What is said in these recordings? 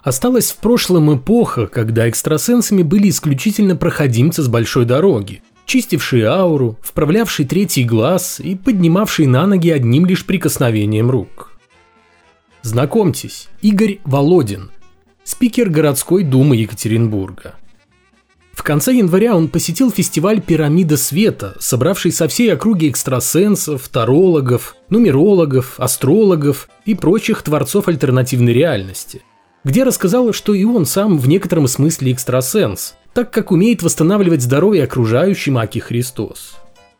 Осталась в прошлом эпоха, когда экстрасенсами были исключительно проходимцы с большой дороги, чистившие ауру, вправлявшие третий глаз и поднимавшие на ноги одним лишь прикосновением рук. Знакомьтесь, Игорь Володин, спикер городской думы Екатеринбурга. В конце января он посетил фестиваль «Пирамида света», собравший со всей округи экстрасенсов, тарологов, нумерологов, астрологов и прочих творцов альтернативной реальности, где рассказал, что и он сам в некотором смысле экстрасенс, так как умеет восстанавливать здоровье окружающим аки Христос.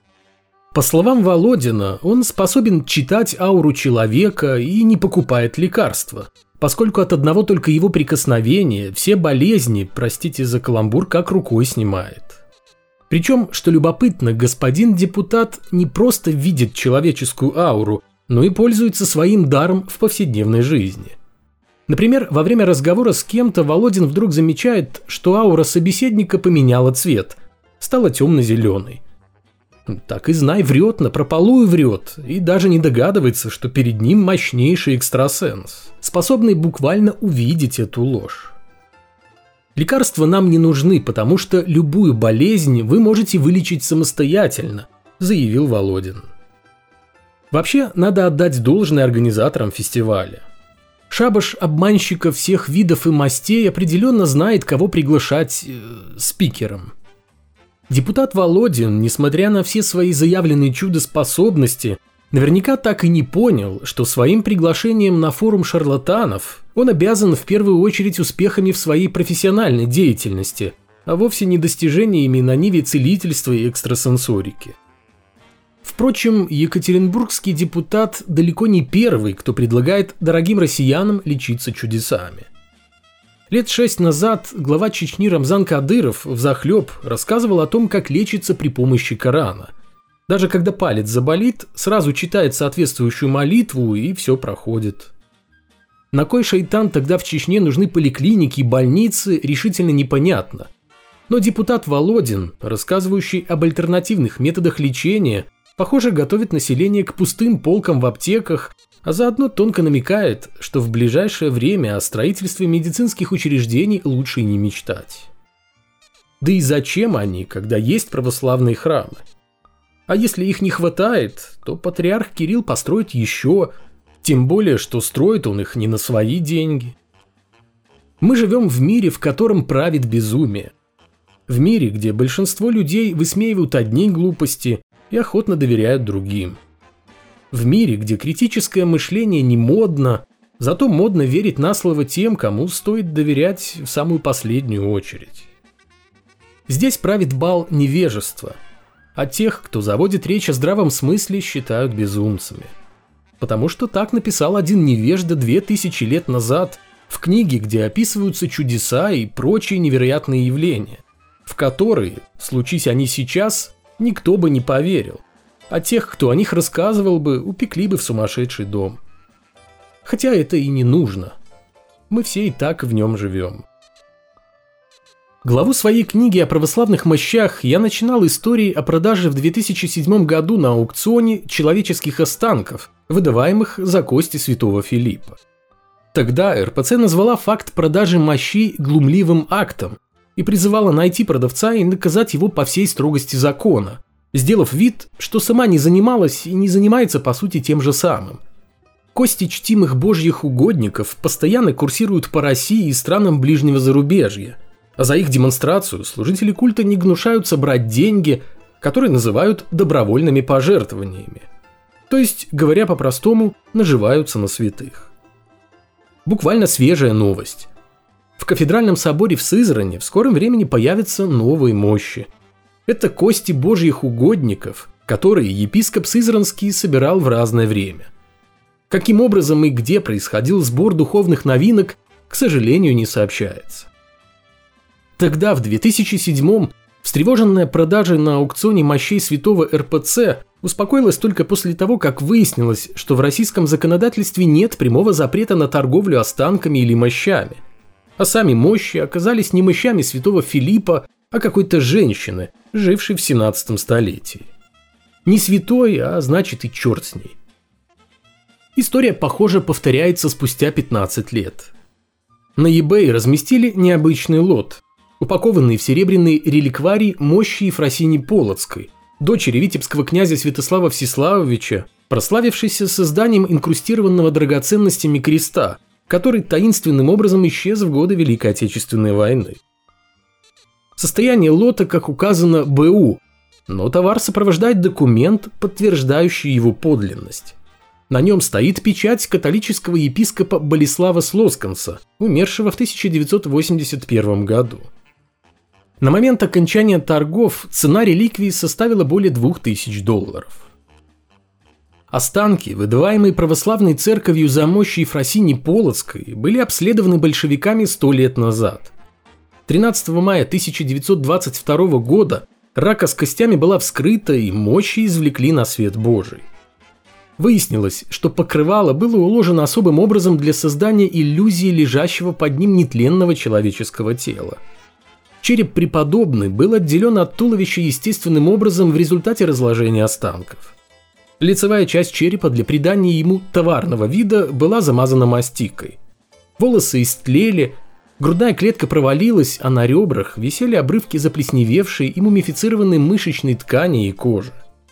По словам Володина, он способен читать ауру человека и не покупает лекарства, поскольку от одного только его прикосновения все болезни, простите за каламбур, как рукой снимает. Причем, что любопытно, господин депутат не просто видит человеческую ауру, но и пользуется своим даром в повседневной жизни. Например, во время разговора с кем-то Володин вдруг замечает, что аура собеседника поменяла цвет, стала темно-зеленой. Так и знай, врет, напропалую врет, и даже не догадывается, что перед ним мощнейший экстрасенс, способный буквально увидеть эту ложь. Лекарства нам не нужны, потому что любую болезнь вы можете вылечить самостоятельно, заявил Володин. Вообще, надо отдать должное организаторам фестиваля. Шабаш обманщиков всех видов и мастей определенно знает, кого приглашать спикером. Депутат Володин, несмотря на все свои заявленные чудо-способности, наверняка так и не понял, что своим приглашением на форум шарлатанов он обязан в первую очередь успехами в своей профессиональной деятельности, а вовсе не достижениями на ниве целительства и экстрасенсорики. Впрочем, екатеринбургский депутат далеко не первый, кто предлагает дорогим россиянам лечиться чудесами. Лет 6 назад глава Чечни Рамзан Кадыров взахлеб рассказывал о том, как лечится при помощи Корана. Даже когда палец заболит, сразу читает соответствующую молитву и все проходит. На кой шайтан тогда в Чечне нужны поликлиники и больницы, решительно непонятно. Но депутат Володин, рассказывающий об альтернативных методах лечения, похоже, готовит население к пустым полкам в аптеках, а заодно тонко намекает, что в ближайшее время о строительстве медицинских учреждений лучше и не мечтать. Да и зачем они, когда есть православные храмы? А если их не хватает, то патриарх Кирилл построит еще, тем более, что строит он их не на свои деньги. Мы живем в мире, в котором правит безумие. В мире, где большинство людей высмеивают одни глупости и охотно доверяют другим. В мире, где критическое мышление не модно, зато модно верить на слово тем, кому стоит доверять в самую последнюю очередь. Здесь правит бал невежества, а тех, кто заводит речь о здравом смысле, считают безумцами. Потому что так написал один невежда 2000 лет назад в книге, где описываются чудеса и прочие невероятные явления, в которые, случись они сейчас, никто бы не поверил. А тех, кто о них рассказывал бы, упекли бы в сумасшедший дом. Хотя это и не нужно. Мы все и так в нем живем. Главу своей книги о православных мощах я начинал историей о продаже в 2007 году на аукционе человеческих останков, выдаваемых за кости святого Филиппа. Тогда РПЦ назвала факт продажи мощей глумливым актом и призывала найти продавца и наказать его по всей строгости закона, сделав вид, что сама не занималась и не занимается по сути тем же самым. Кости чтимых божьих угодников постоянно курсируют по России и странам ближнего зарубежья, а за их демонстрацию служители культа не гнушаются брать деньги, которые называют добровольными пожертвованиями. То есть, говоря по-простому, наживаются на святых. Буквально свежая новость. В кафедральном соборе в Сызрани в скором времени появятся новые мощи. Это кости божьих угодников, которые епископ Сызранский собирал в разное время. Каким образом и где происходил сбор духовных новинок, к сожалению, не сообщается. Тогда, в 2007-м, встревоженная продажей на аукционе мощей святого РПЦ успокоилась только после того, как выяснилось, что в российском законодательстве нет прямого запрета на торговлю останками или мощами. А сами мощи оказались не мощами святого Филиппа, а какой-то женщины, жившей в 17 столетии. Не святой, а значит и черт с ней. История, похоже, повторяется спустя 15 лет. На eBay разместили необычный лот, упакованный в серебряный реликварий мощи Ефросинии Полоцкой, дочери витебского князя Святослава Всеславовича, прославившейся созданием инкрустированного драгоценностями креста, который таинственным образом исчез в годы Великой Отечественной войны. Состояние лота, как указано, БУ, но товар сопровождает документ, подтверждающий его подлинность. На нем стоит печать католического епископа Болеслава Слосканца, умершего в 1981 году. На момент окончания торгов цена реликвии составила более $2000. Останки, выдаваемые православной церковью за мощи Ефросинии Полоцкой, были обследованы большевиками 100 лет назад. 13 мая 1922 года рака с костями была вскрыта и мощи извлекли на свет Божий. Выяснилось, что покрывало было уложено особым образом для создания иллюзии лежащего под ним нетленного человеческого тела. Череп преподобный был отделен от туловища естественным образом в результате разложения останков. Лицевая часть черепа для придания ему товарного вида была замазана мастикой. Волосы истлели, грудная клетка провалилась, а на ребрах висели обрывки заплесневевшей и мумифицированной мышечной ткани и кожи.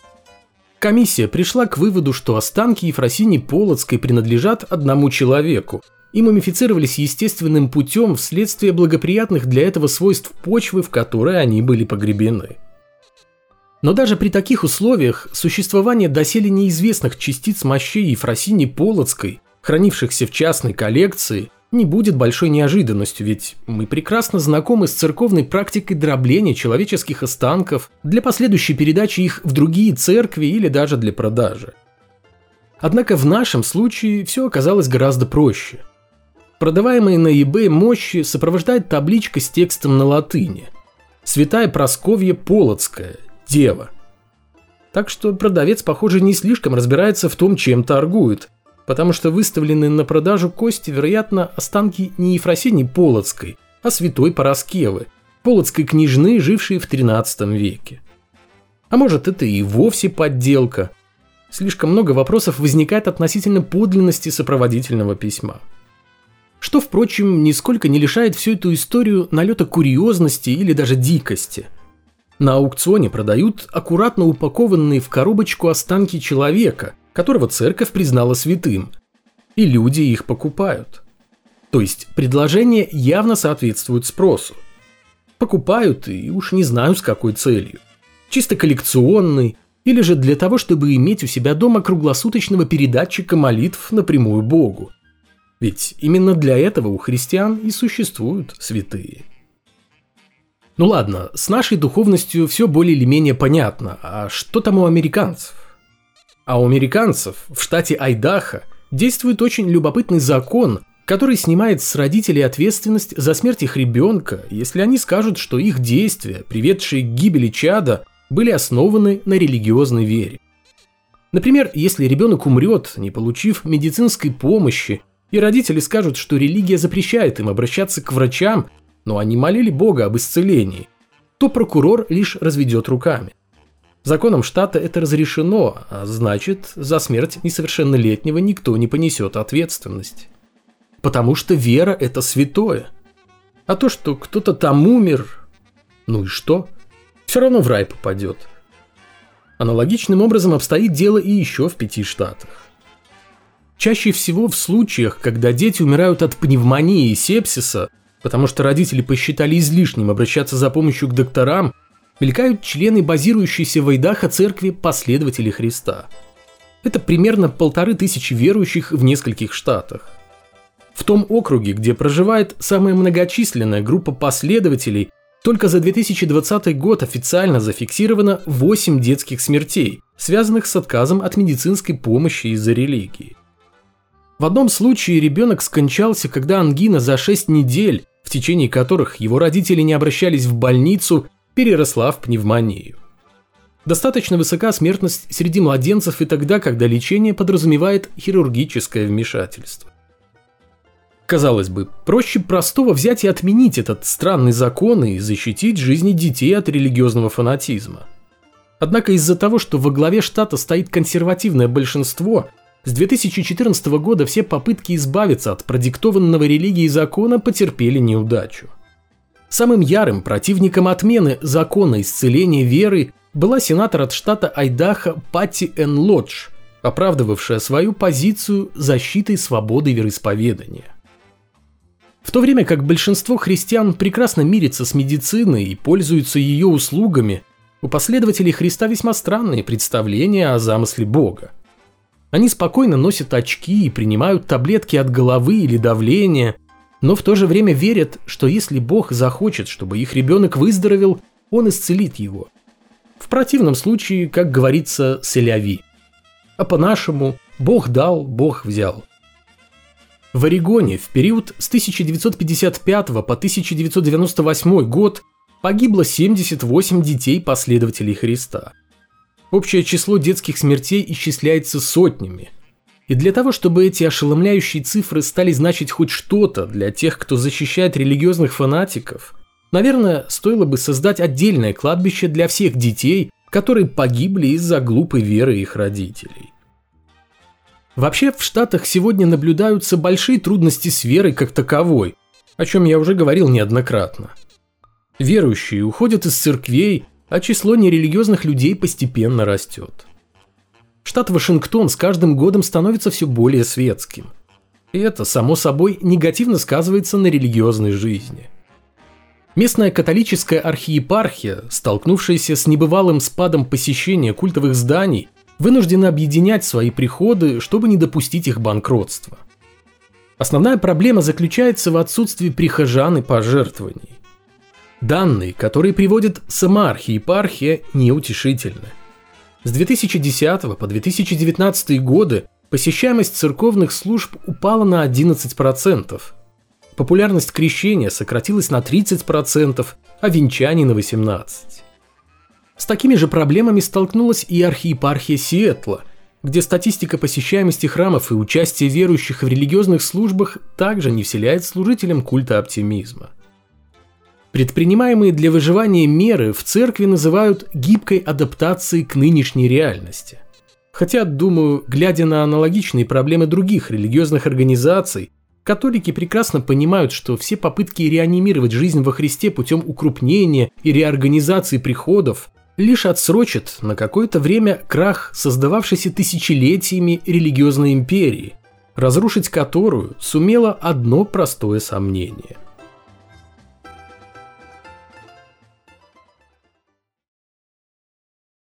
Комиссия пришла к выводу, что останки Ефросинии Полоцкой принадлежат одному человеку и мумифицировались естественным путем вследствие благоприятных для этого свойств почвы, в которой они были погребены. Но даже при таких условиях существование доселе неизвестных частиц мощей Ефросинии Полоцкой, хранившихся в частной коллекции, не будет большой неожиданностью, ведь мы прекрасно знакомы с церковной практикой дробления человеческих останков для последующей передачи их в другие церкви или даже для продажи. Однако в нашем случае все оказалось гораздо проще. Продаваемые на eBay мощи сопровождает табличка с текстом на латыни: «Святая Прасковья Полоцкая, Дева». Так что продавец, похоже, не слишком разбирается в том, чем торгует, потому что выставленные на продажу кости, вероятно, останки не Ефросинии Полоцкой, а святой Параскевы, полоцкой княжны, жившей в XIII веке. А может, это и вовсе подделка. Слишком много вопросов возникает относительно подлинности сопроводительного письма. Что, впрочем, нисколько не лишает всю эту историю налета курьезности или даже дикости. На аукционе продают аккуратно упакованные в коробочку останки человека, которого церковь признала святым, и люди их покупают. То есть предложение явно соответствует спросу. Покупают, и уж не знаю с какой целью. Чисто коллекционный, или же для того, чтобы иметь у себя дома круглосуточного передатчика молитв напрямую Богу. Ведь именно для этого у христиан и существуют святые. Ну ладно, с нашей духовностью все более или менее понятно, а что там у американцев? А у американцев в штате Айдахо действует очень любопытный закон, который снимает с родителей ответственность за смерть их ребенка, если они скажут, что их действия, приведшие к гибели чада, были основаны на религиозной вере. Например, если ребенок умрет, не получив медицинской помощи, и родители скажут, что религия запрещает им обращаться к врачам, но они молили Бога об исцелении, то прокурор лишь разведет руками. Законом штата это разрешено, а значит, за смерть несовершеннолетнего никто не понесет ответственность. Потому что вера – это святое. А то, что кто-то там умер, ну и что? Все равно в рай попадет. Аналогичным образом обстоит дело и еще в 5 штатах. Чаще всего в случаях, когда дети умирают от пневмонии и сепсиса, потому что родители посчитали излишним обращаться за помощью к докторам, мелькают члены базирующейся в Айдахо церкви Последователей Христа. Это примерно 1500 верующих в нескольких штатах. В том округе, где проживает самая многочисленная группа последователей, только за 2020 год официально зафиксировано 8 детских смертей, связанных с отказом от медицинской помощи из-за религии. В одном случае ребенок скончался, когда ангина за 6 недель, в течение которых его родители не обращались в больницу, переросла в пневмонию. Достаточно высока смертность среди младенцев и тогда, когда лечение подразумевает хирургическое вмешательство. Казалось бы, проще простого взять и отменить этот странный закон и защитить жизни детей от религиозного фанатизма. Однако из-за того, что во главе штата стоит консервативное большинство, С 2014 года все попытки избавиться от продиктованного религией закона потерпели неудачу. Самым ярым противником отмены закона исцеления веры была сенатор от штата Айдахо Патти Энн Лодж, оправдывавшая свою позицию защитой свободы вероисповедания. В то время как большинство христиан прекрасно мирится с медициной и пользуются ее услугами, у последователей Христа весьма странные представления о замысле Бога. Они спокойно носят очки и принимают таблетки от головы или давления, но в то же время верят, что если Бог захочет, чтобы их ребенок выздоровел, Он исцелит его. В противном случае, как говорится, «селяви». А по-нашему «Бог дал, Бог взял». В Орегоне в период с 1955 по 1998 год погибло 78 детей последователей Христа. Общее число детских смертей исчисляется сотнями. И для того, чтобы эти ошеломляющие цифры стали значить хоть что-то для тех, кто защищает религиозных фанатиков, наверное, стоило бы создать отдельное кладбище для всех детей, которые погибли из-за глупой веры их родителей. Вообще, в Штатах сегодня наблюдаются большие трудности с верой как таковой, о чем я уже говорил неоднократно. Верующие уходят из церквей, а число нерелигиозных людей постепенно растет. Штат Вашингтон с каждым годом становится все более светским. И это, само собой, негативно сказывается на религиозной жизни. Местная католическая архиепархия, столкнувшаяся с небывалым спадом посещения культовых зданий, вынуждена объединять свои приходы, чтобы не допустить их банкротства. Основная проблема заключается в отсутствии прихожан и пожертвований. Данные, которые приводит сама архиепархия, неутешительны. С 2010 по 2019 годы посещаемость церковных служб упала на 11%. Популярность крещения сократилась на 30%, а венчаний на 18%. С такими же проблемами столкнулась и архиепархия Сиэтла, где статистика посещаемости храмов и участия верующих в религиозных службах также не вселяет служителям культа оптимизма. Предпринимаемые для выживания меры в церкви называют гибкой адаптацией к нынешней реальности. Хотя, думаю, глядя на аналогичные проблемы других религиозных организаций, католики прекрасно понимают, что все попытки реанимировать жизнь во Христе путем укрупнения и реорганизации приходов лишь отсрочат на какое-то время крах создававшейся тысячелетиями религиозной империи, разрушить которую сумело одно простое сомнение –